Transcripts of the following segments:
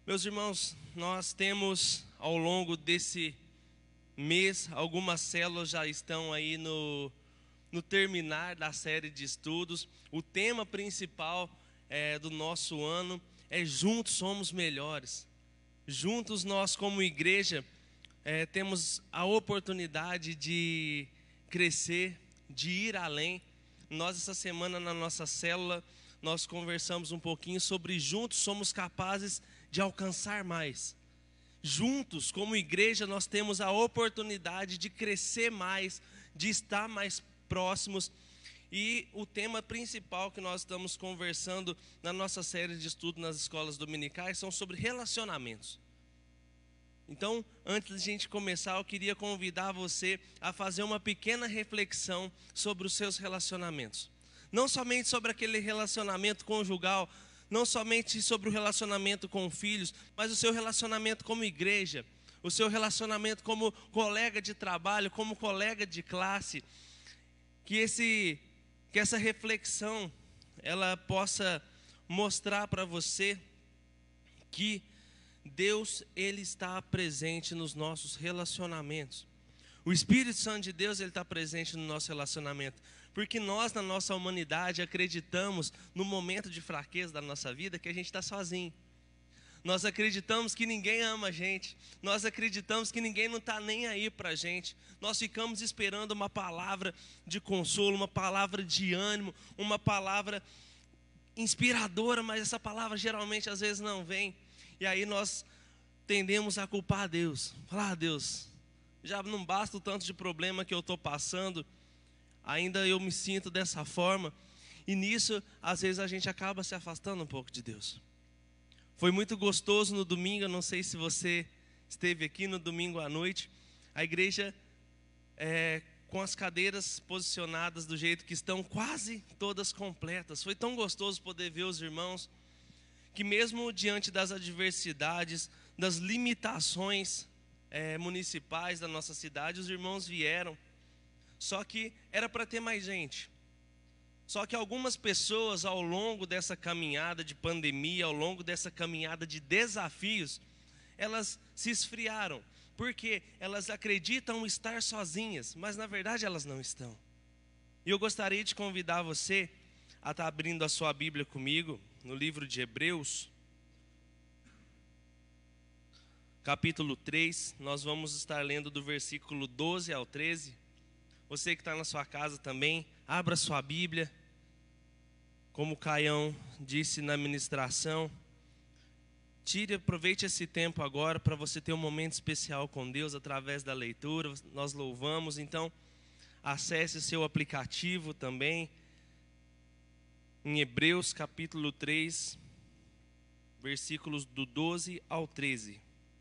Meus irmãos, nós temos ao longo desse mês, algumas células já estão aí no terminar da série de estudos. O tema principal do nosso ano é Juntos Somos Melhores. Juntos nós como igreja temos a oportunidade de crescer, de ir além. Nós essa semana na nossa célula, nós conversamos um pouquinho sobre juntos somos capazes de alcançar mais. Juntos, como igreja, nós temos a oportunidade de crescer mais, de estar mais próximos. E o tema principal que nós estamos conversando na nossa série de estudo nas escolas dominicais são sobre relacionamentos. Então, antes de a gente começar, eu queria convidar você a fazer uma pequena reflexão sobre os seus relacionamentos. Não somente sobre aquele relacionamento conjugal, não somente sobre o relacionamento com filhos, mas o seu relacionamento como igreja, o seu relacionamento como colega de trabalho, como colega de classe. Que essa reflexão, ela possa mostrar para você que Deus, Ele está presente nos nossos relacionamentos. O Espírito Santo de Deus, Ele está presente no nosso relacionamento. Porque nós, na nossa humanidade, acreditamos, no momento de fraqueza da nossa vida, que a gente está sozinho. Nós acreditamos que ninguém ama a gente. Nós acreditamos que ninguém não está nem aí para a gente. Nós ficamos esperando uma palavra de consolo, uma palavra de ânimo, uma palavra inspiradora, mas essa palavra geralmente às vezes não vem. E aí nós tendemos a culpar a Deus. Falar, Deus, já não basta o tanto de problema que eu estou passando, ainda eu me sinto dessa forma. E nisso, às vezes a gente acaba se afastando um pouco de Deus. Foi muito gostoso no domingo, eu não sei se você esteve aqui no domingo à noite. A igreja, com as cadeiras posicionadas do jeito que estão, quase todas completas. Foi tão gostoso poder ver os irmãos, que mesmo diante das adversidades, das limitações municipais da nossa cidade, os irmãos vieram. Só que era para ter mais gente. Só que algumas pessoas, ao longo dessa caminhada de pandemia, ao longo dessa caminhada de desafios, elas se esfriaram. Porque elas acreditam estar sozinhas, mas na verdade elas não estão. E eu gostaria de convidar você a estar abrindo a sua Bíblia comigo, no livro de Hebreus, capítulo 3, nós vamos estar lendo do versículo 12 ao 13. Você que está na sua casa também, abra sua Bíblia. Como o Caião disse na ministração, aproveite esse tempo agora para você ter um momento especial com Deus através da leitura. Nós louvamos, então acesse seu aplicativo também, em Hebreus capítulo 3, versículos do 12 ao 13.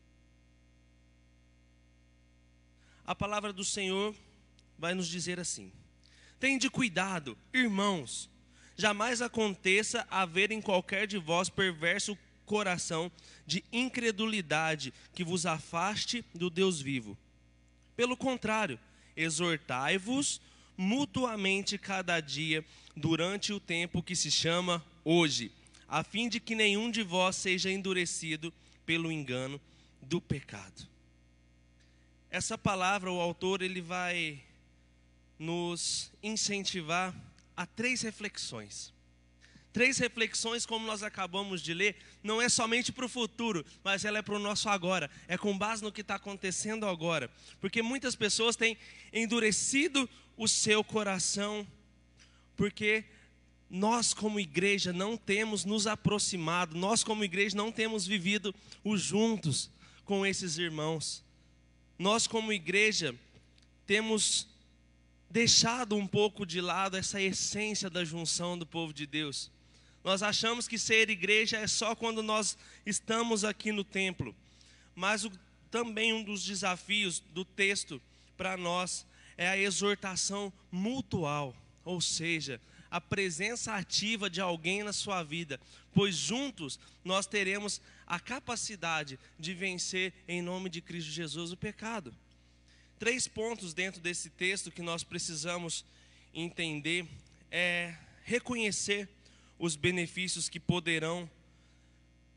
A palavra do Senhor vai nos dizer assim: tende cuidado, irmãos, jamais aconteça haver em qualquer de vós perverso coração de incredulidade que vos afaste do Deus vivo. Pelo contrário, exortai-vos mutuamente cada dia durante o tempo que se chama hoje, a fim de que nenhum de vós seja endurecido pelo engano do pecado. Essa palavra, o autor, ele vai nos incentivar a três reflexões. Três reflexões, como nós acabamos de ler, não é somente para o futuro, mas ela é para o nosso agora. É com base no que está acontecendo agora. Porque muitas pessoas têm endurecido o seu coração, porque nós como igreja não temos nos aproximado, nós como igreja não temos vivido os juntos com esses irmãos. Nós como igreja temos deixado um pouco de lado essa essência da junção do povo de Deus. Nós achamos que ser igreja é só quando nós estamos aqui no templo. Mas também um dos desafios do texto para nós é a exortação mutual. Ou seja, a presença ativa de alguém na sua vida. Pois juntos nós teremos a capacidade de vencer em nome de Cristo Jesus o pecado. 3 pontos dentro desse texto que nós precisamos entender é reconhecer os benefícios que poderão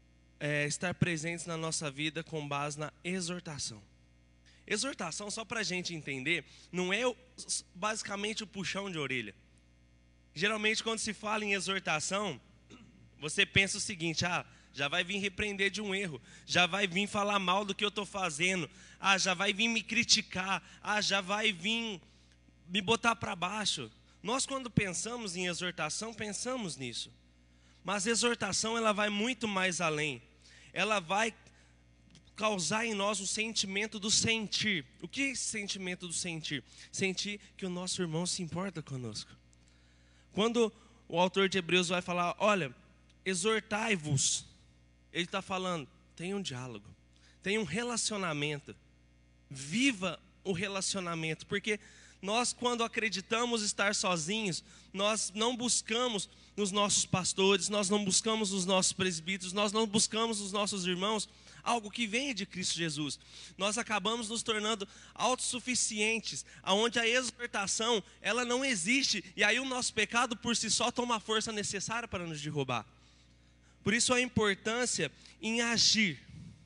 estar presentes na nossa vida com base na exortação. Exortação, só para a gente entender, não é basicamente o puxão de orelha. Geralmente quando se fala em exortação, você pensa o seguinte: já vai vir repreender de um erro, já vai vir falar mal do que eu estou fazendo, já vai vir me criticar, já vai vir me botar para baixo. Nós, quando pensamos em exortação, pensamos nisso. Mas a exortação, ela vai muito mais além. Ela vai causar em nós um sentimento do sentir. O que é esse sentimento do sentir? Sentir que o nosso irmão se importa conosco. Quando o autor de Hebreus vai falar, olha, exortai-vos, ele está falando, tenha um diálogo, tenha um relacionamento, viva o relacionamento, porque nós, quando acreditamos estar sozinhos, nós não buscamos nos nossos pastores, nós não buscamos nos nossos presbíteros, nós não buscamos nos nossos irmãos algo que venha de Cristo Jesus. Nós acabamos nos tornando autossuficientes, aonde a exortação, ela não existe, e aí o nosso pecado por si só toma a força necessária para nos derrubar. Por isso a importância em agir,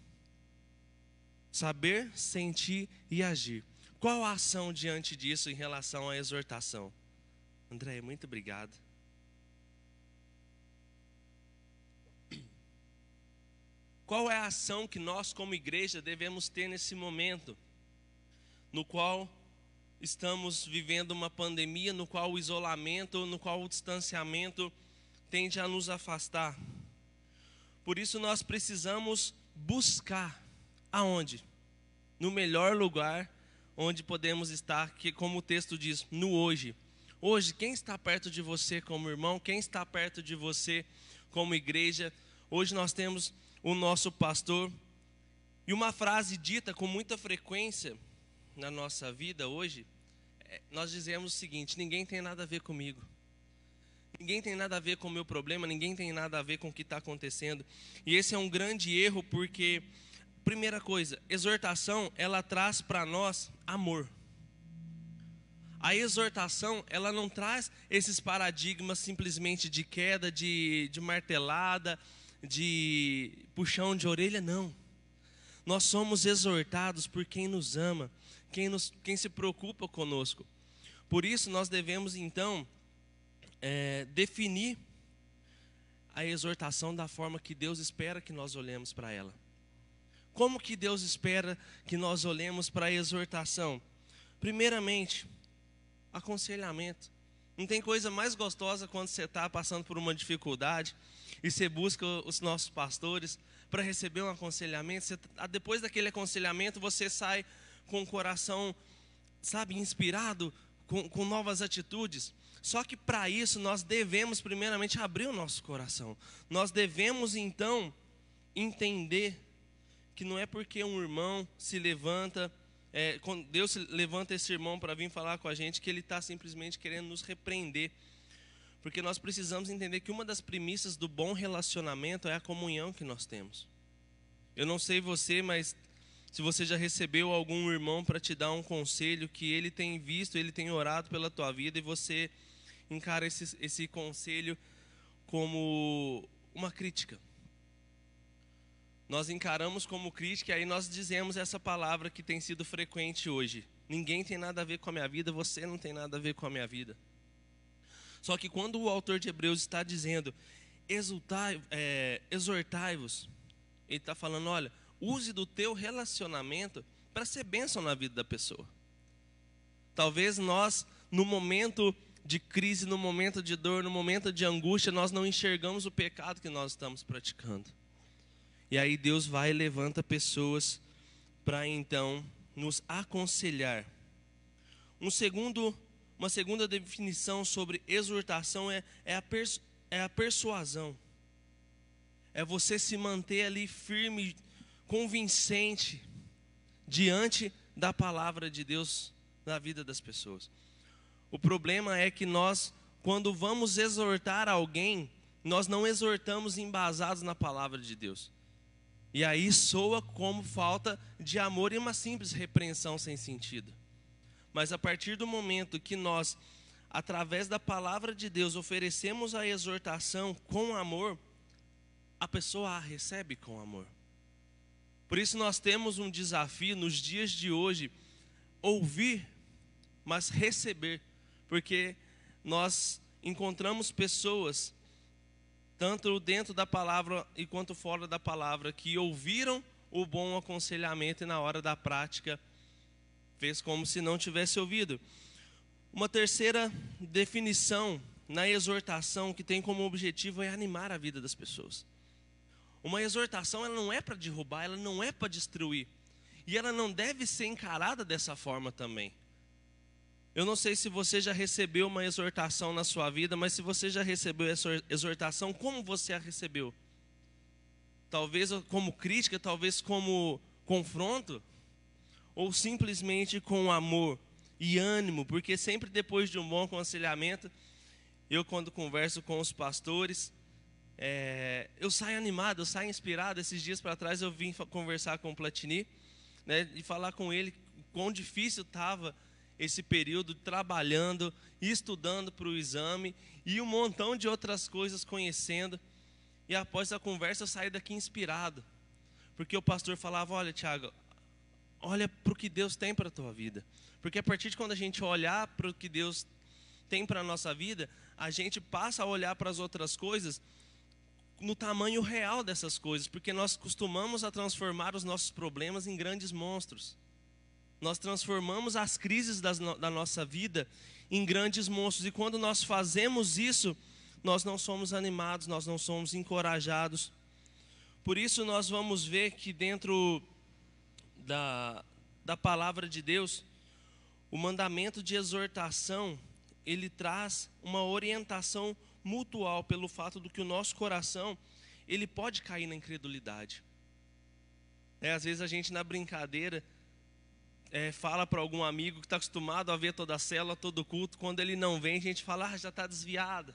saber, sentir e agir. Qual a ação diante disso em relação à exortação? André, muito obrigado. Qual é a ação que nós como igreja devemos ter nesse momento, no qual estamos vivendo uma pandemia, no qual o isolamento, no qual o distanciamento tende a nos afastar? Por isso nós precisamos buscar aonde? No melhor lugar onde podemos estar, que como o texto diz, no hoje. Hoje, quem está perto de você como irmão, quem está perto de você como igreja? Hoje nós temos o nosso pastor, e uma frase dita com muita frequência na nossa vida hoje, nós dizemos o seguinte: ninguém tem nada a ver comigo, ninguém tem nada a ver com o meu problema, ninguém tem nada a ver com o que está acontecendo. E esse é um grande erro, porque, primeira coisa, exortação, ela traz para nós amor. A exortação, ela não traz esses paradigmas simplesmente de queda, de martelada, de puxão de orelha, não. Nós somos exortados por quem nos ama, quem se preocupa conosco. Por isso nós devemos então definir a exortação da forma que Deus espera que nós olhemos para ela. Como que Deus espera que nós olhemos para a exortação? Primeiramente, aconselhamento. Não tem coisa mais gostosa quando você está passando por uma dificuldade e você busca os nossos pastores para receber um aconselhamento. Depois daquele aconselhamento, você sai com o coração, inspirado, com novas atitudes. Só que para isso nós devemos primeiramente abrir o nosso coração. Nós devemos então entender que não é porque um irmão se levanta, quando Deus levanta esse irmão para vir falar com a gente, que ele está simplesmente querendo nos repreender. Porque nós precisamos entender que uma das premissas do bom relacionamento é a comunhão que nós temos. Eu não sei você, mas se você já recebeu algum irmão para te dar um conselho, que ele tem visto, ele tem orado pela tua vida, e você encara esse conselho como uma crítica. Nós encaramos como crítica, e aí nós dizemos essa palavra que tem sido frequente hoje: ninguém tem nada a ver com a minha vida, você não tem nada a ver com a minha vida. Só que quando o autor de Hebreus está dizendo, exortai-vos, ele está falando, olha, use do teu relacionamento para ser bênção na vida da pessoa. Talvez nós, no momento de crise, no momento de dor, no momento de angústia, nós não enxergamos o pecado que nós estamos praticando. E aí Deus vai e levanta pessoas para então nos aconselhar. Uma segunda definição sobre exortação é a persuasão. É você se manter ali firme, convincente, diante da palavra de Deus na vida das pessoas. O problema é que nós, quando vamos exortar alguém, nós não exortamos embasados na palavra de Deus. E aí soa como falta de amor e uma simples repreensão sem sentido. Mas a partir do momento que nós, através da palavra de Deus, oferecemos a exortação com amor, a pessoa a recebe com amor. Por isso nós temos um desafio nos dias de hoje, ouvir, mas receber, porque nós encontramos pessoas, tanto dentro da palavra e quanto fora da palavra, que ouviram o bom aconselhamento e na hora da prática fez como se não tivesse ouvido. Uma terceira definição na exortação que tem como objetivo é animar a vida das pessoas. Uma exortação, ela não é para derrubar, ela não é para destruir. E ela não deve ser encarada dessa forma também. Eu não sei se você já recebeu uma exortação na sua vida, mas se você já recebeu essa exortação, como você a recebeu? Talvez como crítica, talvez como confronto, ou simplesmente com amor e ânimo, porque sempre depois de um bom aconselhamento, eu quando converso com os pastores, eu saio animado, eu saio inspirado. Esses dias para trás eu vim conversar com o Platini, né, e falar com ele quão difícil estava esse período trabalhando, estudando para o exame e um montão de outras coisas conhecendo. E após a conversa eu saí daqui inspirado, porque o pastor falava: olha, Tiago, olha para o que Deus tem para a tua vida, porque a partir de quando a gente olhar para o que Deus tem para a nossa vida, a gente passa a olhar para as outras coisas no tamanho real dessas coisas, porque nós costumamos a transformar os nossos problemas em grandes monstros. Nós transformamos as crises da nossa vida em grandes monstros, e quando nós fazemos isso, nós não somos animados, nós não somos encorajados. Por isso nós vamos ver que dentro da palavra de Deus, o mandamento de exortação, ele traz uma orientação mutual, pelo fato do que o nosso coração, ele pode cair na incredulidade. Às vezes a gente, na brincadeira, fala para algum amigo que está acostumado a ver toda a célula, todo culto, quando ele não vem, a gente fala: já está desviado.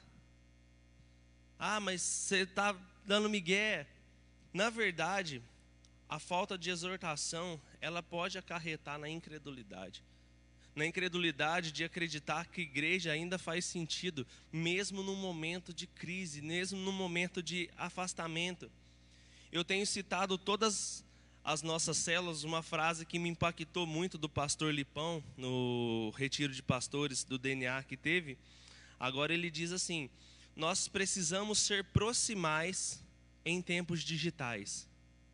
Mas você está dando migué. Na verdade, a falta de exortação, ela pode acarretar na incredulidade. Na incredulidade de acreditar que a igreja ainda faz sentido, mesmo no momento de crise, mesmo no momento de afastamento. Eu tenho citado todas as nossas células uma frase que me impactou muito do pastor Lipão, no retiro de pastores do DNA que teve. Agora ele diz assim: nós precisamos ser proximais em tempos digitais.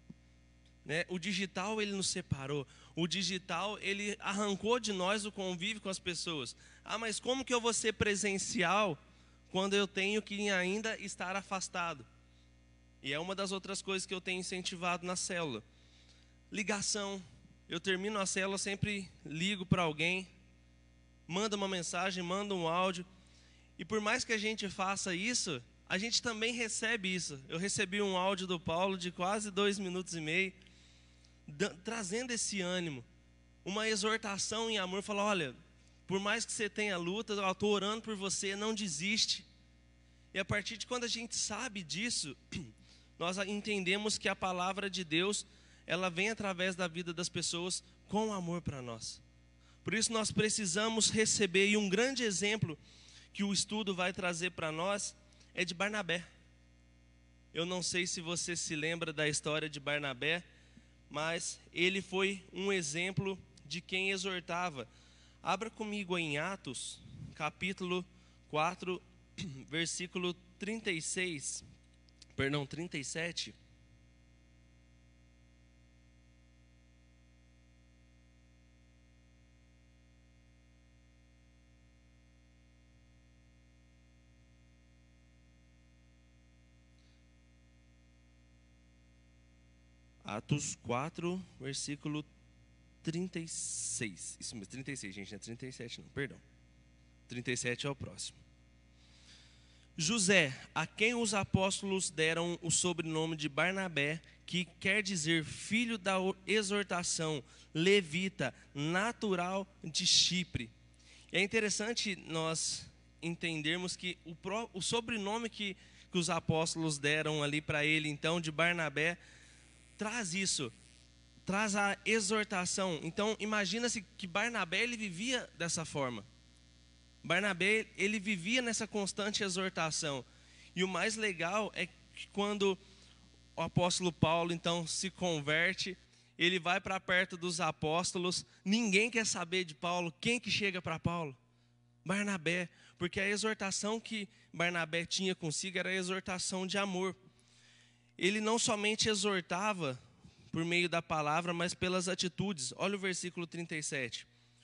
O digital, ele nos separou. O digital, ele arrancou de nós o convívio com as pessoas. Mas como que eu vou ser presencial quando eu tenho que ainda estar afastado? E é uma das outras coisas que eu tenho incentivado na célula. Ligação. Eu termino a célula, sempre ligo para alguém, mando uma mensagem, mando um áudio. E por mais que a gente faça isso, a gente também recebe isso. Eu recebi um áudio do Paulo de quase 2 minutos e meio, trazendo esse ânimo, uma exortação em amor, falar: olha, por mais que você tenha luta, eu estou orando por você, não desiste. E a partir de quando a gente sabe disso, nós entendemos que a palavra de Deus, ela vem através da vida das pessoas com amor para nós. Por isso nós precisamos receber, e um grande exemplo que o estudo vai trazer para nós é de Barnabé. Eu não sei se você se lembra da história de Barnabé, mas ele foi um exemplo de quem exortava. Abra comigo em Atos, capítulo 4, versículo 37. Atos 4, versículo 36. Isso mesmo, 36, gente, não é 37 não, perdão. 37 é o próximo. José, a quem os apóstolos deram o sobrenome de Barnabé, que quer dizer filho da exortação, levita, natural de Chipre. E é interessante nós entendermos que o sobrenome que os apóstolos deram ali para ele, então, de Barnabé, traz isso, traz a exortação. Então, imagina-se que Barnabé, ele vivia dessa forma. Barnabé, ele vivia nessa constante exortação. E o mais legal é que quando o apóstolo Paulo então se converte, ele vai para perto dos apóstolos, ninguém quer saber de Paulo. Quem que chega para Paulo? Barnabé, porque a exortação que Barnabé tinha consigo era a exortação de amor. Ele não somente exortava por meio da palavra, mas pelas atitudes. Olha o versículo 37.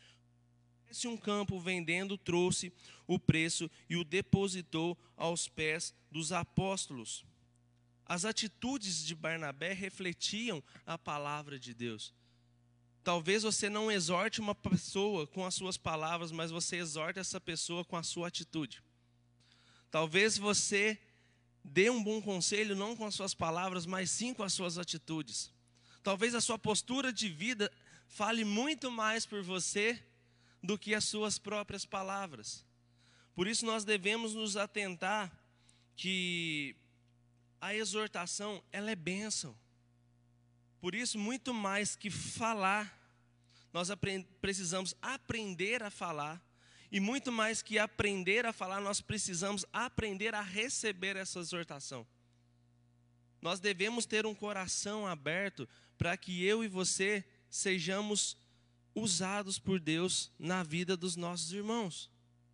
Se um campo vendendo, trouxe o preço e o depositou aos pés dos apóstolos. As atitudes de Barnabé refletiam a palavra de Deus. Talvez você não exorte uma pessoa com as suas palavras, mas você exorta essa pessoa com a sua atitude. Talvez você dê um bom conselho não com as suas palavras, mas sim com as suas atitudes. Talvez a sua postura de vida fale muito mais por você do que as suas próprias palavras. Por isso nós devemos nos atentar que a exortação, ela é bênção. Por isso, muito mais que falar, nós precisamos aprender a falar. E muito mais que aprender a falar, nós precisamos aprender a receber essa exortação. Nós devemos ter um coração aberto para que eu e você sejamos usados por Deus na vida dos nossos irmãos.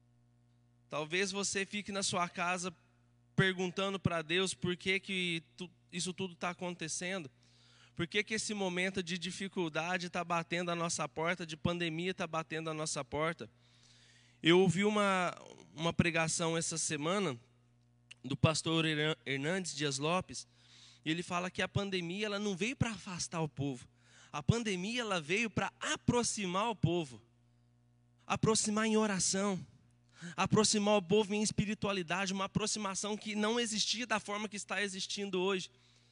Talvez você fique na sua casa perguntando para Deus por que isso tudo está acontecendo. Por que esse momento de dificuldade está batendo a nossa porta, de pandemia está batendo a nossa porta? Eu ouvi uma pregação essa semana do pastor Hernandes Dias Lopes, e ele fala que a pandemia ela não veio para afastar o povo. A pandemia ela veio para aproximar o povo. Aproximar em oração. Aproximar o povo em espiritualidade, uma aproximação que não existia da forma que está existindo hoje.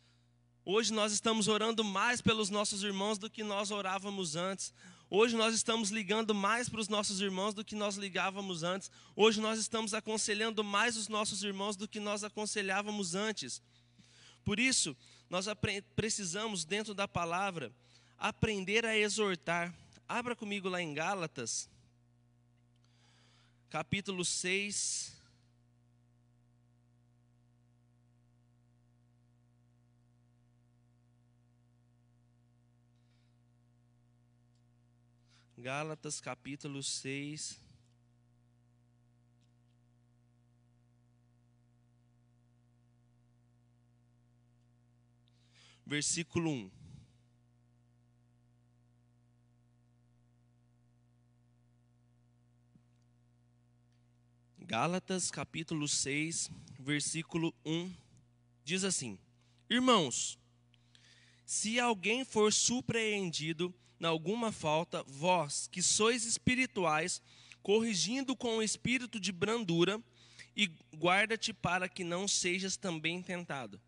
Hoje nós estamos orando mais pelos nossos irmãos do que nós orávamos antes. Hoje nós estamos ligando mais para os nossos irmãos do que nós ligávamos antes. Hoje nós estamos aconselhando mais os nossos irmãos do que nós aconselhávamos antes. Por isso, nós precisamos, dentro da palavra, aprender a exortar. Abra comigo lá em Gálatas, capítulo 6. Gálatas, capítulo 6. Versículo 1. Gálatas, capítulo 6, versículo 1, diz assim: Irmãos, se alguém for surpreendido em alguma falta, vós, que sois espirituais, corrigindo com o espírito de brandura, e guarda-te para que não sejas também tentado.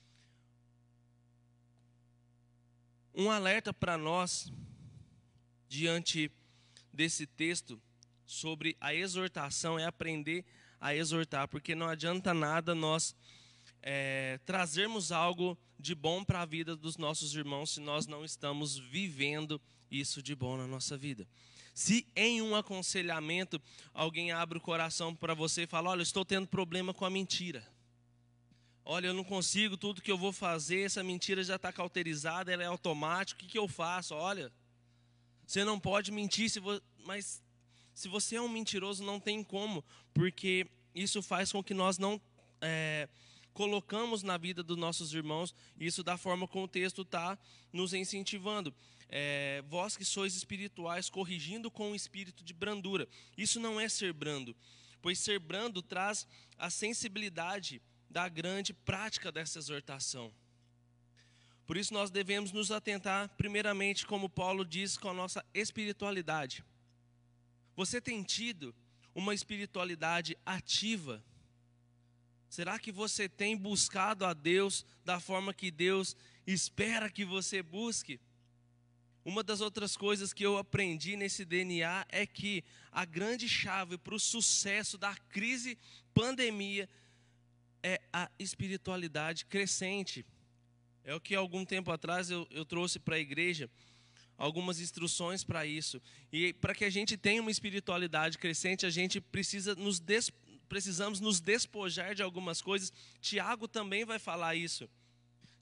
Um alerta para nós, diante desse texto, sobre a exortação, é aprender a exortar, porque não adianta nada nós trazermos algo de bom para a vida dos nossos irmãos se nós não estamos vivendo isso de bom na nossa vida. Se em um aconselhamento alguém abre o coração para você e fala: olha, eu estou tendo problema com a mentira. Olha, eu não consigo, tudo que eu vou fazer, essa mentira já está cauterizada, ela é automática, o que eu faço? Olha, você não pode mentir, mas se você é um mentiroso, não tem como, porque isso faz com que nós não colocamos na vida dos nossos irmãos, isso da forma como o texto está nos incentivando. Vós que sois espirituais, corrigindo com o espírito de brandura. Isso não é ser brando, pois ser brando traz a sensibilidade da grande prática dessa exortação. Por isso nós devemos nos atentar, primeiramente, como Paulo diz, com a nossa espiritualidade. Você tem tido uma espiritualidade ativa? Será que você tem buscado a Deus da forma que Deus espera que você busque? Uma das outras coisas que eu aprendi nesse DNA é que a grande chave para o sucesso da crise pandemia é a espiritualidade crescente. É o que algum tempo atrás eu trouxe para a igreja algumas instruções para isso. E para que a gente tenha uma espiritualidade crescente, a gente precisamos nos despojar de algumas coisas. Tiago também vai falar isso.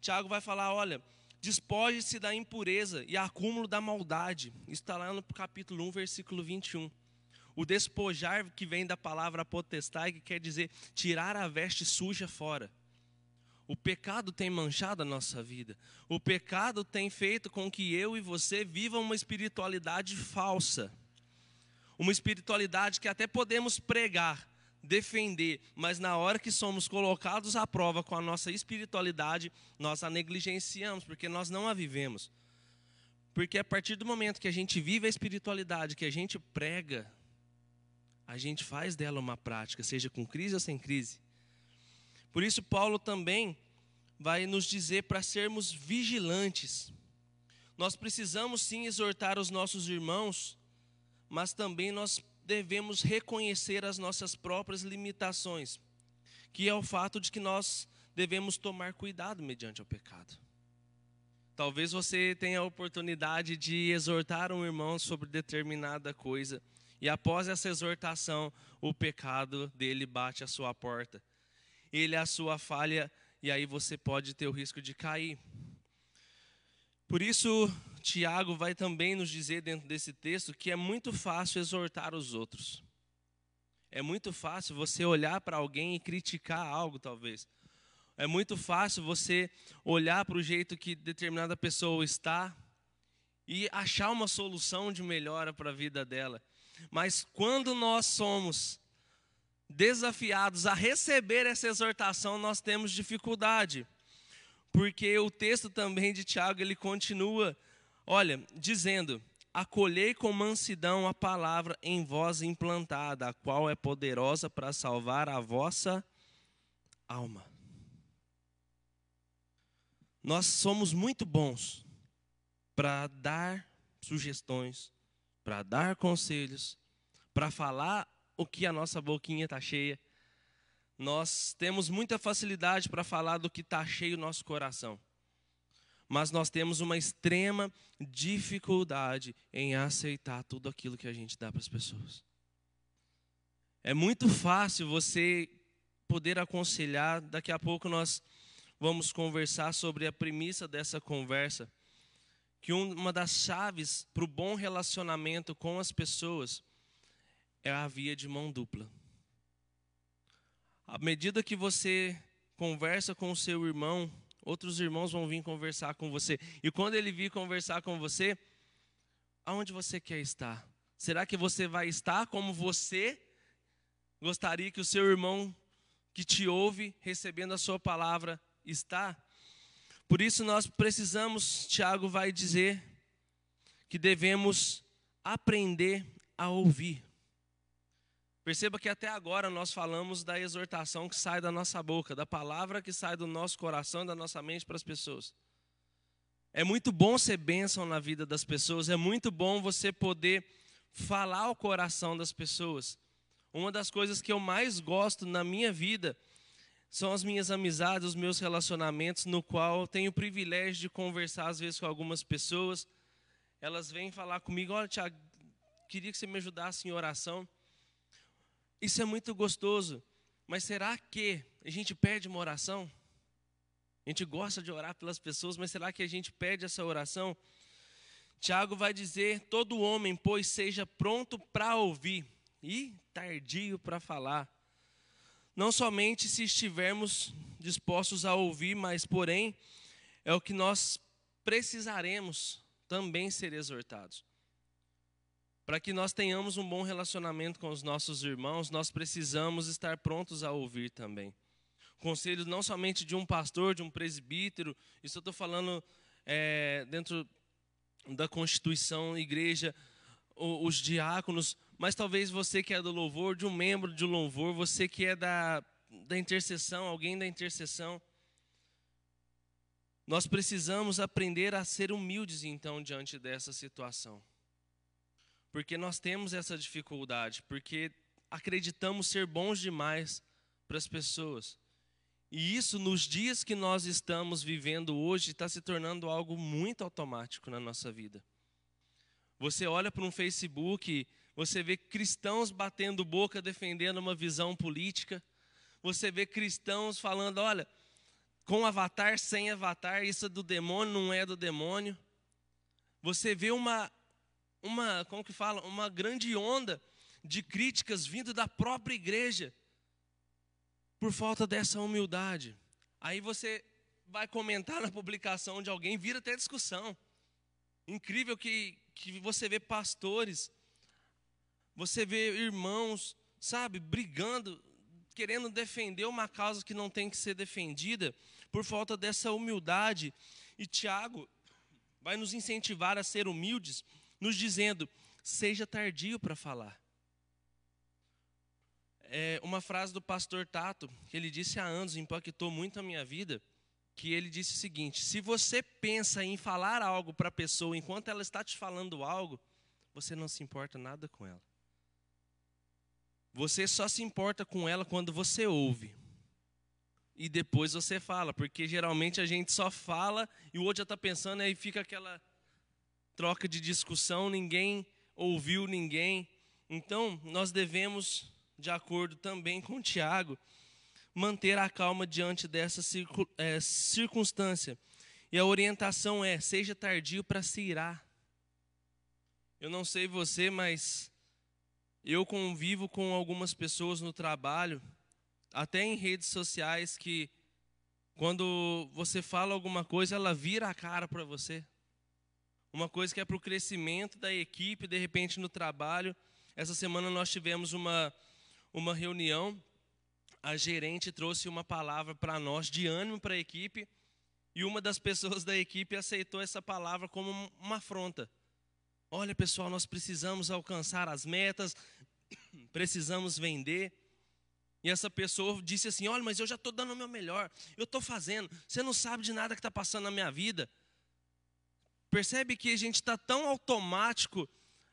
Tiago vai falar, olha, despoje-se da impureza e acúmulo da maldade. Isso está lá no capítulo 1, versículo 21. O despojar, que vem da palavra apotestai, que quer dizer tirar a veste suja fora. O pecado tem manchado a nossa vida. O pecado tem feito com que eu e você vivam uma espiritualidade falsa. Uma espiritualidade que até podemos pregar, defender, mas na hora que somos colocados à prova com a nossa espiritualidade, nós a negligenciamos, porque nós não a vivemos. Porque a partir do momento que a gente vive a espiritualidade, que a gente prega, a gente faz dela uma prática, seja com crise ou sem crise. Por isso Paulo também vai nos dizer para sermos vigilantes. Nós precisamos sim exortar os nossos irmãos, mas também nós devemos reconhecer as nossas próprias limitações, que é o fato de que nós devemos tomar cuidado mediante o pecado. Talvez você tenha a oportunidade de exortar um irmão sobre determinada coisa, e após essa exortação, o pecado dele bate à sua porta. Ele é a sua falha, e aí você pode ter o risco de cair. Por isso, Tiago vai também nos dizer dentro desse texto que é muito fácil exortar os outros. É muito fácil você olhar para alguém e criticar algo, talvez. É muito fácil você olhar para o jeito que determinada pessoa está e achar uma solução de melhora para a vida dela. Mas quando nós somos desafiados a receber essa exortação, nós temos dificuldade. Porque o texto também de Tiago, ele continua, olha, dizendo: acolhei com mansidão a palavra em vós implantada, a qual é poderosa para salvar a vossa alma. Nós somos muito bons para dar sugestões, para dar conselhos, para falar o que a nossa boquinha está cheia. Nós temos muita facilidade para falar do que está cheio o nosso coração. Mas nós temos uma extrema dificuldade em aceitar tudo aquilo que a gente dá para as pessoas. É muito fácil você poder aconselhar. Daqui a pouco nós vamos conversar sobre a premissa dessa conversa. Que uma das chaves para o bom relacionamento com as pessoas é a via de mão dupla. À medida que você conversa com o seu irmão, outros irmãos vão vir conversar com você. E quando ele vir conversar com você, aonde você quer estar? Será que você vai estar como você gostaria que o seu irmão que te ouve, recebendo a sua palavra, está? Por isso nós precisamos, Tiago vai dizer, que devemos aprender a ouvir. Perceba que até agora nós falamos da exortação que sai da nossa boca, da palavra que sai do nosso coração e da nossa mente para as pessoas. É muito bom ser bênção na vida das pessoas, é muito bom você poder falar ao coração das pessoas. Uma das coisas que eu mais gosto na minha vida são as minhas amizades, os meus relacionamentos, no qual eu tenho o privilégio de conversar às vezes com algumas pessoas. Elas vêm falar comigo: olha, Tiago, queria que você me ajudasse em oração. Isso é muito gostoso, mas será que a gente pede uma oração? A gente gosta de orar pelas pessoas, mas será que a gente pede essa oração? Tiago vai dizer: todo homem, pois, seja pronto para ouvir e tardio para falar. Não somente se estivermos dispostos a ouvir, mas, porém, é o que nós precisaremos também ser exortados. Para que nós tenhamos um bom relacionamento com os nossos irmãos, nós precisamos estar prontos a ouvir também. Conselhos não somente de um pastor, de um presbítero, isso eu estou falando dentro da Constituição, igreja, os diáconos, mas talvez você que é do louvor, de um membro de louvor, você que é da intercessão, alguém da intercessão. Nós precisamos aprender a ser humildes, então, diante dessa situação. Porque nós temos essa dificuldade, porque acreditamos ser bons demais para as pessoas. E isso, nos dias que nós estamos vivendo hoje, está se tornando algo muito automático na nossa vida. Você olha para um Facebook, você vê cristãos batendo boca, defendendo uma visão política. Você vê cristãos falando: olha, com avatar, sem avatar, isso é do demônio, não é do demônio. Você vê como que fala? Uma grande onda de críticas vindo da própria igreja por falta dessa humildade. Aí você vai comentar na publicação de alguém, vira até discussão. Incrível que você vê pastores, você vê irmãos, sabe, brigando, querendo defender uma causa que não tem que ser defendida por falta dessa humildade. E Tiago vai nos incentivar a ser humildes, nos dizendo, seja tardio para falar. É uma frase do pastor Tato, que ele disse há anos, impactou muito a minha vida, que ele disse o seguinte: se você pensa em falar algo para a pessoa enquanto ela está te falando algo, você não se importa nada com ela. Você só se importa com ela quando você ouve. E depois você fala, porque geralmente a gente só fala e o outro já está pensando, aí fica aquela troca de discussão, ninguém ouviu ninguém. Então, nós devemos, de acordo também com Tiago, manter a calma diante dessa circunstância. E a orientação é, seja tardio para se irar. Eu não sei você, mas eu convivo com algumas pessoas no trabalho, até em redes sociais, que quando você fala alguma coisa, ela vira a cara para você. Uma coisa que é para o crescimento da equipe, de repente no trabalho. Essa semana nós tivemos uma reunião, a gerente trouxe uma palavra para nós de ânimo para a equipe, e uma das pessoas da equipe aceitou essa palavra como uma afronta. Olha, pessoal, nós precisamos alcançar as metas, precisamos vender. E essa pessoa disse assim, olha, mas eu já estou dando o meu melhor, eu estou fazendo, você não sabe de nada que está passando na minha vida. Percebe que a gente está tão automático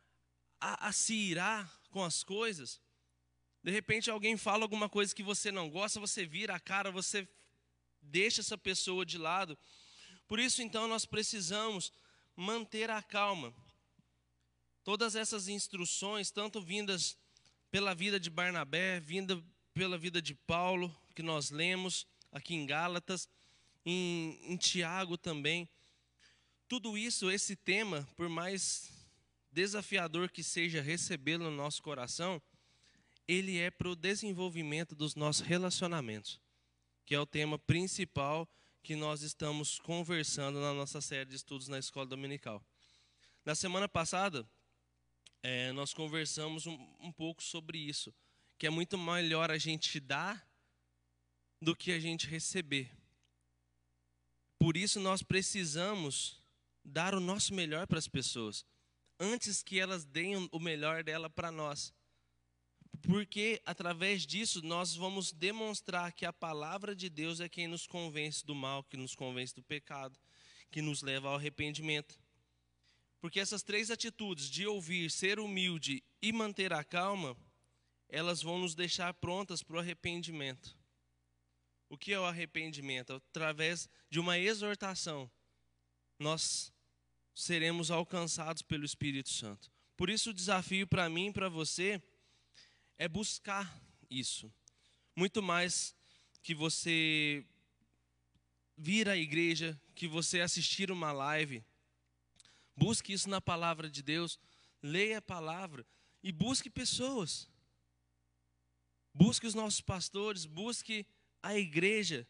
a se irar com as coisas. De repente alguém fala alguma coisa que você não gosta, você vira a cara, você deixa essa pessoa de lado. Por isso então nós precisamos manter a calma. Todas essas instruções, tanto vindas pela vida de Barnabé, vinda pela vida de Paulo, que nós lemos aqui em Gálatas, em Tiago também. Tudo isso, esse tema, por mais desafiador que seja recebê-lo no nosso coração, ele é para o desenvolvimento dos nossos relacionamentos, que é o tema principal que nós estamos conversando na nossa série de estudos na Escola Dominical. Na semana passada, nós conversamos um pouco sobre isso, que é muito melhor a gente dar do que a gente receber. Por isso nós precisamos dar o nosso melhor para as pessoas, antes que elas deem o melhor dela para nós. Porque através disso nós vamos demonstrar que a palavra de Deus é quem nos convence do mal, que nos convence do pecado, que nos leva ao arrependimento. Porque essas três atitudes de ouvir, ser humilde e manter a calma, elas vão nos deixar prontas para o arrependimento. O que é o arrependimento? Através de uma exortação, nós seremos alcançados pelo Espírito Santo. Por isso o desafio para mim e para você é buscar isso. Muito mais que você vir à igreja, que você assistir uma live. Busque isso na palavra de Deus, leia a palavra e busque pessoas. Busque os nossos pastores, busque a igreja,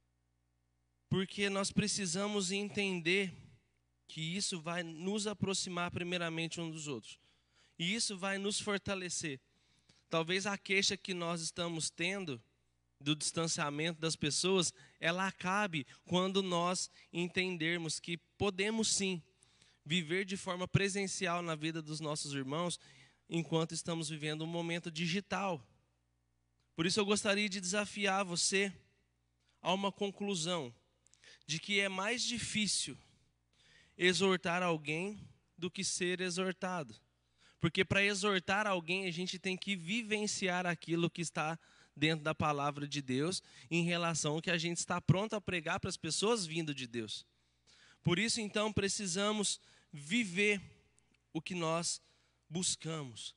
porque nós precisamos entender que isso vai nos aproximar primeiramente uns dos outros. E isso vai nos fortalecer. Talvez a queixa que nós estamos tendo do distanciamento das pessoas, ela acabe quando nós entendermos que podemos sim viver de forma presencial na vida dos nossos irmãos, enquanto estamos vivendo um momento digital. Por isso eu gostaria de desafiar você a uma conclusão de que é mais difícil exortar alguém do que ser exortado. Porque para exortar alguém a gente tem que vivenciar aquilo que está dentro da palavra de Deus em relação ao que a gente está pronto a pregar para as pessoas vindo de Deus. Por isso então precisamos viver o que nós buscamos.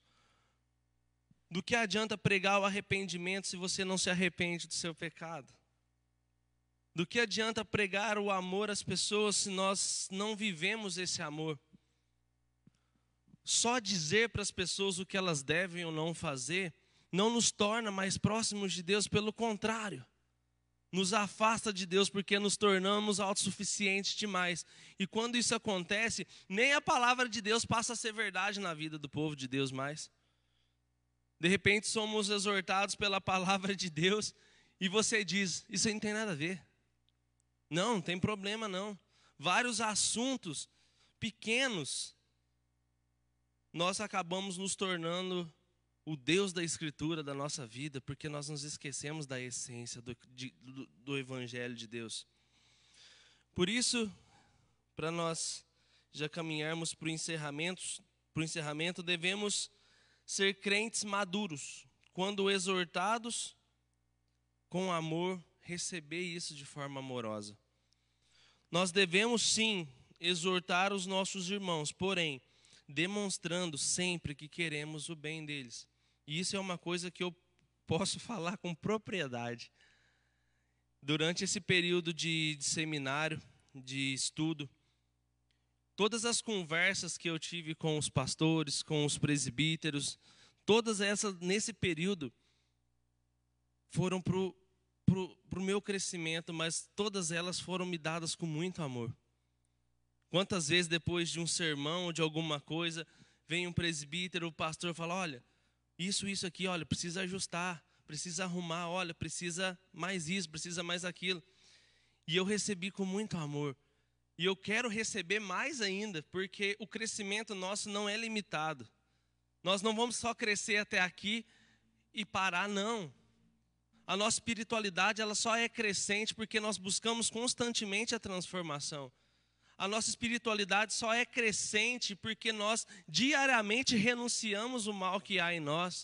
Do que adianta pregar o arrependimento se você não se arrepende do seu pecado? Do que adianta pregar o amor às pessoas se nós não vivemos esse amor? Só dizer para as pessoas o que elas devem ou não fazer não nos torna mais próximos de Deus, pelo contrário, nos afasta de Deus, porque nos tornamos autossuficientes demais. E quando isso acontece, nem a palavra de Deus passa a ser verdade na vida do povo de Deus mais. De repente somos exortados pela palavra de Deus e você diz, isso aí não tem nada a ver. Não tem problema não. Vários assuntos pequenos, nós acabamos nos tornando o Deus da Escritura da nossa vida, porque nós nos esquecemos da essência do Evangelho de Deus. Por isso, para nós já caminharmos para o encerramento, devemos ser crentes maduros. Quando exortados com amor, receber isso de forma amorosa. Nós devemos sim exortar os nossos irmãos, porém, demonstrando sempre que queremos o bem deles. E isso é uma coisa que eu posso falar com propriedade. Durante esse período de seminário, de estudo, todas as conversas que eu tive com os pastores, com os presbíteros, todas essas nesse período foram para o meu crescimento, mas todas elas foram me dadas com muito amor. Quantas vezes depois de um sermão, de alguma coisa, vem um presbítero, o pastor fala, olha, isso aqui, olha, precisa ajustar, precisa arrumar, olha, precisa mais isso, precisa mais aquilo. E eu recebi com muito amor. E eu quero receber mais ainda, porque o crescimento nosso não é limitado. Nós não vamos só crescer até aqui e parar, não. A nossa espiritualidade, ela só é crescente porque nós buscamos constantemente a transformação. A nossa espiritualidade só é crescente porque nós diariamente renunciamos o mal que há em nós.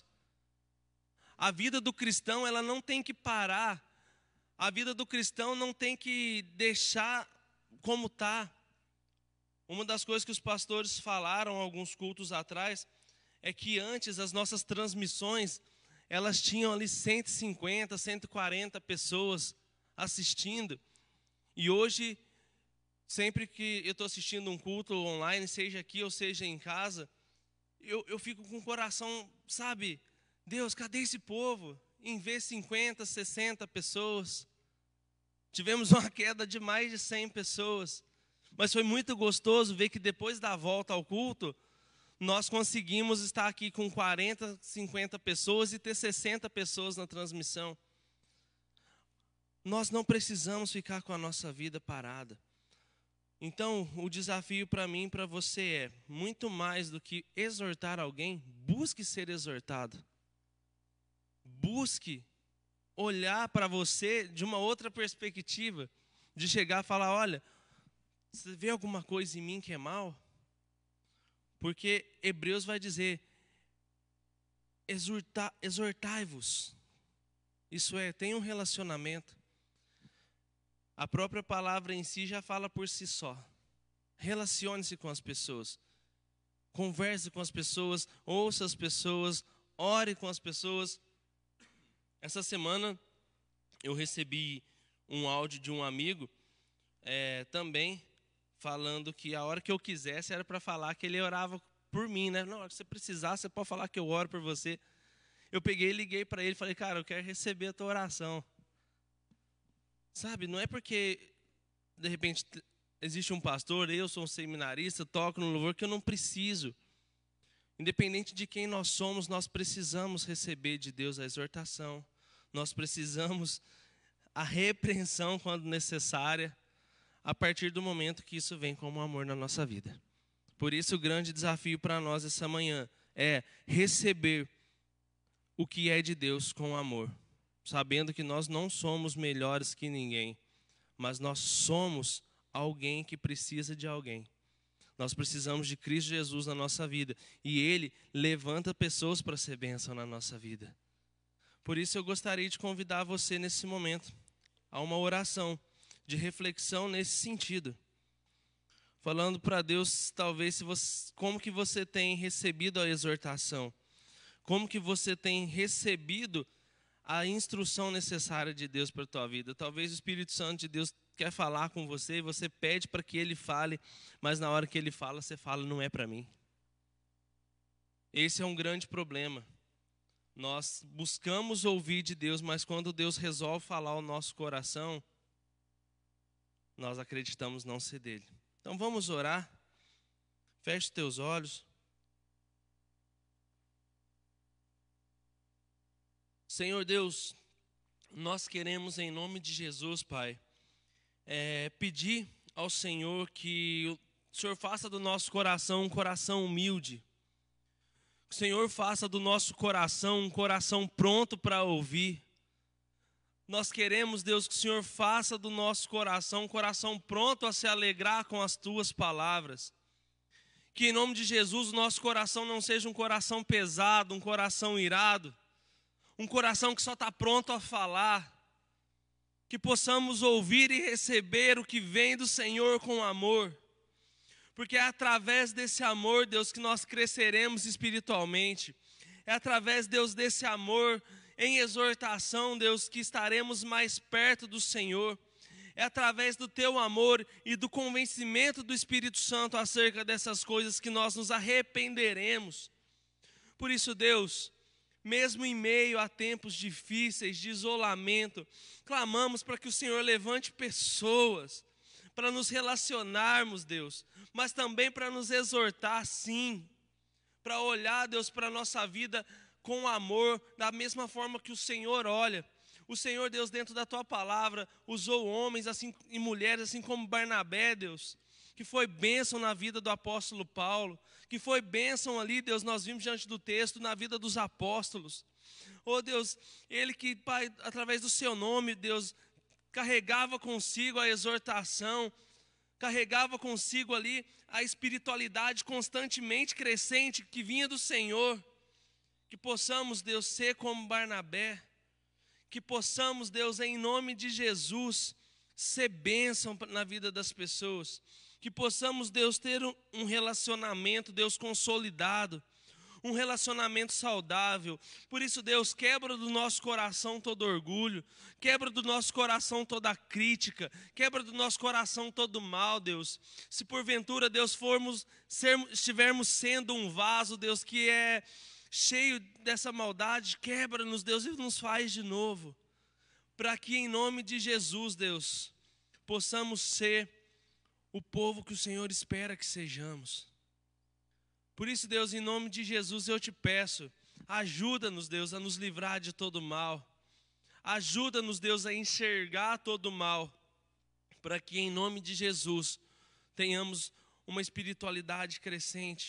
A vida do cristão, ela não tem que parar. A vida do cristão não tem que deixar como está. Uma das coisas que os pastores falaram alguns cultos atrás é que antes as nossas transmissões, elas tinham ali 150, 140 pessoas assistindo. E hoje, sempre que eu estou assistindo um culto online, seja aqui ou seja em casa, eu fico com o coração, sabe, Deus, cadê esse povo? Em vez de 50, 60 pessoas. Tivemos uma queda de mais de 100 pessoas. Mas foi muito gostoso ver que depois da volta ao culto, nós conseguimos estar aqui com 40, 50 pessoas e ter 60 pessoas na transmissão. Nós não precisamos ficar com a nossa vida parada. Então, o desafio para mim e para você é, muito mais do que exortar alguém, busque ser exortado. Busque olhar para você de uma outra perspectiva, de chegar e falar, olha, você vê alguma coisa em mim que é mal? Porque Hebreus vai dizer, exortai-vos. Isso é, tenha um relacionamento. A própria palavra em si já fala por si só. Relacione-se com as pessoas. Converse com as pessoas, ouça as pessoas, ore com as pessoas. Essa semana eu recebi um áudio de um amigo também falando que a hora que eu quisesse era para falar que ele orava por mim, né? Não, se você precisar, você pode falar que eu oro por você. Eu peguei e liguei para ele e falei, cara, eu quero receber a tua oração. Sabe, não é porque, de repente, existe um pastor, eu sou um seminarista, toco no louvor, que eu não preciso. Independente de quem nós somos, nós precisamos receber de Deus a exortação. Nós precisamos a repreensão quando necessária, a partir do momento que isso vem como amor na nossa vida. Por isso, o grande desafio para nós essa manhã é receber o que é de Deus com amor. Sabendo que nós não somos melhores que ninguém, mas nós somos alguém que precisa de alguém. Nós precisamos de Cristo Jesus na nossa vida, e Ele levanta pessoas para ser bênção na nossa vida. Por isso eu gostaria de convidar você nesse momento a uma oração de reflexão nesse sentido. Falando para Deus, talvez, como que você tem recebido a exortação, como que você tem recebido a instrução necessária de Deus para a tua vida. Talvez o Espírito Santo de Deus quer falar com você e você pede para que Ele fale, mas na hora que Ele fala, você fala, não é para mim. Esse é um grande problema. Nós buscamos ouvir de Deus, mas quando Deus resolve falar ao nosso coração, nós acreditamos não ser dele. Então vamos orar. Feche os teus olhos. Senhor Deus, nós queremos em nome de Jesus, Pai, pedir ao Senhor que o Senhor faça do nosso coração um coração humilde. Que o Senhor faça do nosso coração um coração pronto para ouvir. Nós queremos, Deus, que o Senhor faça do nosso coração um coração pronto a se alegrar com as Tuas palavras. Que em nome de Jesus o nosso coração não seja um coração pesado, um coração irado, um coração que só está pronto a falar. Que possamos ouvir e receber o que vem do Senhor com amor. Porque é através desse amor, Deus, que nós cresceremos espiritualmente. É através, Deus, desse amor em exortação, Deus, que estaremos mais perto do Senhor. É através do Teu amor e do convencimento do Espírito Santo acerca dessas coisas que nós nos arrependeremos. Por isso, Deus, mesmo em meio a tempos difíceis de isolamento, clamamos para que o Senhor levante pessoas para nos relacionarmos, Deus, mas também para nos exortar, sim, para olhar, Deus, para a nossa vida com amor, da mesma forma que o Senhor olha. O Senhor, Deus, dentro da Tua palavra, usou homens assim, e mulheres, assim como Barnabé, Deus, que foi bênção na vida do apóstolo Paulo, que foi bênção ali, Deus, nós vimos diante do texto, na vida dos apóstolos. Oh Deus, Ele que, Pai, através do Seu nome, Deus, carregava consigo a exortação, carregava consigo ali a espiritualidade constantemente crescente que vinha do Senhor. Que possamos, Deus, ser como Barnabé, que possamos, Deus, em nome de Jesus, ser bênção na vida das pessoas. Que possamos, Deus, ter um relacionamento, Deus, consolidado, um relacionamento saudável. Por isso, Deus, quebra do nosso coração todo orgulho, quebra do nosso coração toda crítica, quebra do nosso coração todo mal, Deus. Se porventura, Deus, estivermos sendo um vaso, Deus, que é cheio dessa maldade, quebra-nos, Deus, e nos faz de novo. Para que em nome de Jesus, Deus, possamos ser o povo que o Senhor espera que sejamos. Por isso, Deus, em nome de Jesus, eu te peço, ajuda-nos, Deus, a nos livrar de todo mal. Ajuda-nos, Deus, a enxergar todo mal, para que em nome de Jesus tenhamos uma espiritualidade crescente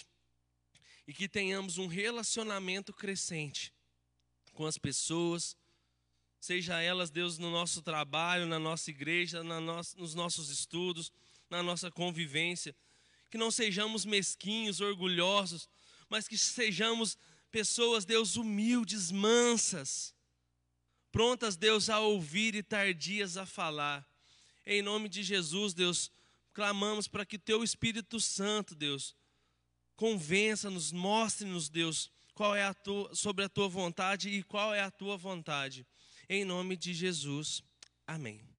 e que tenhamos um relacionamento crescente com as pessoas, seja elas, Deus, no nosso trabalho, na nossa igreja, nos nossos estudos, na nossa convivência. Que não sejamos mesquinhos, orgulhosos, mas que sejamos pessoas, Deus, humildes, mansas, prontas, Deus, a ouvir e tardias a falar. Em nome de Jesus, Deus, clamamos para que Teu Espírito Santo, Deus, convença-nos, mostre-nos, Deus, qual é sobre a Tua vontade e qual é a Tua vontade. Em nome de Jesus, amém.